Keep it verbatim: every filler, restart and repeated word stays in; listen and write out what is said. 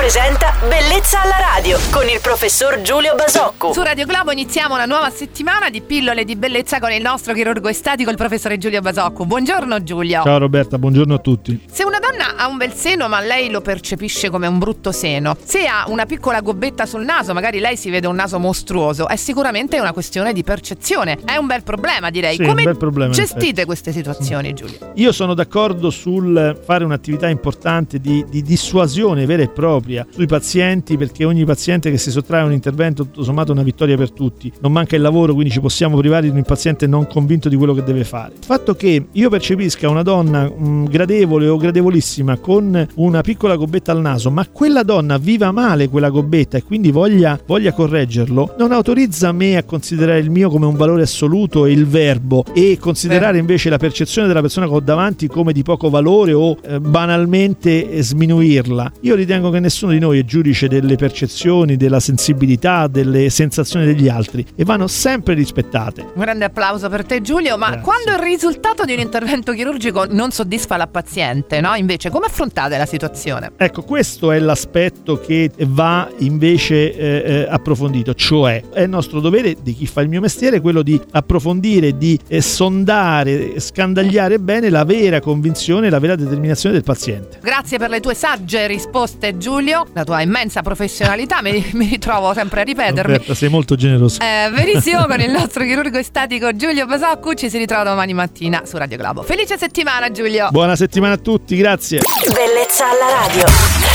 presenta Bellezza alla radio con il professor Giulio Basocco. Su Radio Globo iniziamo una nuova settimana di pillole di bellezza con il nostro chirurgo estetico, il professore Giulio Basocco. Buongiorno Giulio. Ciao Roberta, buongiorno a tutti. Se una donna ha un bel seno ma lei lo percepisce come un brutto seno, se ha una piccola gobbetta sul naso, magari lei si vede un naso mostruoso, è sicuramente una questione di percezione. È un bel problema, direi. Sì, Come un bel problema, gestite queste situazioni, Giulio? Io sono d'accordo sul fare un'attività importante di, di dissuasione vera e propria sui pazienti, perché ogni paziente che si sottrae a un intervento tutto sommato è una vittoria per tutti. Non manca il lavoro, quindi ci possiamo privare di un paziente non convinto di quello che deve fare. Il fatto che io percepisca una donna mh, gradevole o gradevolissima con una piccola gobbetta al naso, ma quella donna viva male quella gobbetta e quindi voglia, voglia correggerlo, non autorizza me a considerare il mio come un valore assoluto e il verbo, e considerare Beh. invece la percezione della persona che ho davanti come di poco valore o eh, banalmente eh, sminuirla. Io ritengo che nessuno di noi è giudice delle percezioni, della sensibilità, delle sensazioni degli altri, e vanno sempre rispettate. Un grande applauso per te, Giulio. Ma Grazie. quando il risultato di un intervento chirurgico non soddisfa la paziente, no? Invece come affrontate la situazione? Ecco, questo è l'aspetto che va invece eh, eh, approfondito, cioè è nostro dovere di chi fa il mio mestiere quello di approfondire, di eh, sondare, scandagliare bene la vera convinzione, la vera determinazione del paziente. Grazie per le tue sagge risposte, Giulio, la tua immensa professionalità, mi, mi ritrovo sempre a ripetermi. Roberta, sei molto generoso. Eh, verissimo, con il nostro chirurgo estetico Giulio Basocco. Ci si ritrova domani mattina su Radio Globo. Felice settimana, Giulio. Buona settimana a tutti, grazie. Bellezza alla radio.